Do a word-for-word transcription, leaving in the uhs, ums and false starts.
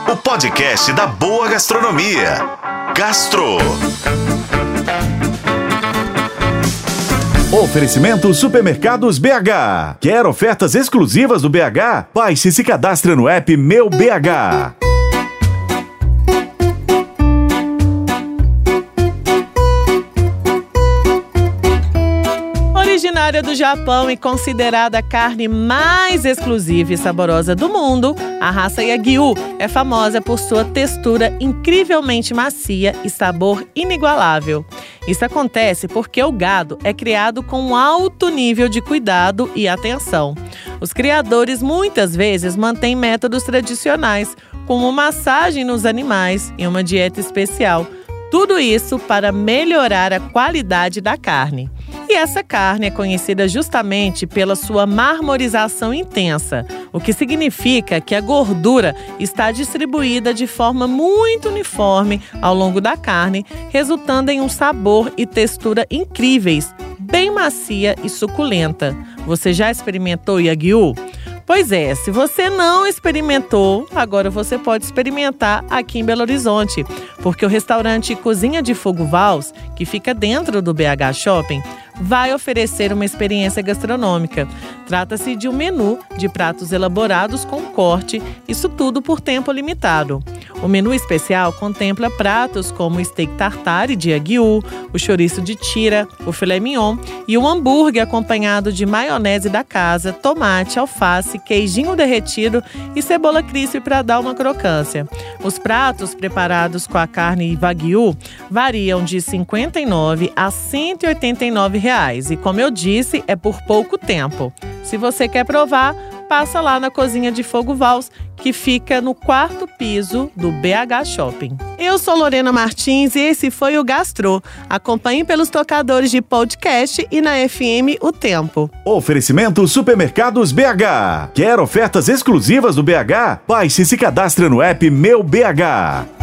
o podcast da boa gastronomia. Gastro. Oferecimento Supermercados B H. Quer ofertas exclusivas do B H? Baixe e se cadastre no app Meu B H. Originária do Japão e considerada a carne mais exclusiva e saborosa do mundo, a raça Wagyu é famosa por sua textura incrivelmente macia e sabor inigualável. Isso acontece porque o gado é criado com um alto nível de cuidado e atenção. Os criadores muitas vezes mantêm métodos tradicionais, como massagem nos animais e uma dieta especial. Tudo isso para melhorar a qualidade da carne. E essa carne é conhecida justamente pela sua marmorização intensa, o que significa que a gordura está distribuída de forma muito uniforme ao longo da carne, resultando em um sabor e textura incríveis, bem macia e suculenta. Você já experimentou Wagyu? Pois é, se você não experimentou, agora você pode experimentar aqui em Belo Horizonte, porque o restaurante Cozinha de Fogo Vals, que fica dentro do B H Shopping, vai oferecer uma experiência gastronômica. Trata-se de um menu de pratos elaborados com corte, isso tudo por tempo limitado. O menu especial contempla pratos como o steak tartare de Wagyu, o chouriço de tira, o filé mignon e o hambúrguer acompanhado de maionese da casa, tomate, alface, queijinho derretido e cebola crisp para dar uma crocância. Os pratos preparados com a carne Wagyu variam de cinquenta e nove a cento e oitenta e nove reais e, como eu disse, é por pouco tempo. Se você quer provar, passa lá na Cozinha de Fogo Vals, que fica no quarto piso do B H Shopping. Eu sou Lorena Martins e esse foi o Gastro. Acompanhe pelos tocadores de podcast e na F M O Tempo. Oferecimento Supermercados B H. Quer ofertas exclusivas do B H? Baixe e se cadastre no app Meu B H.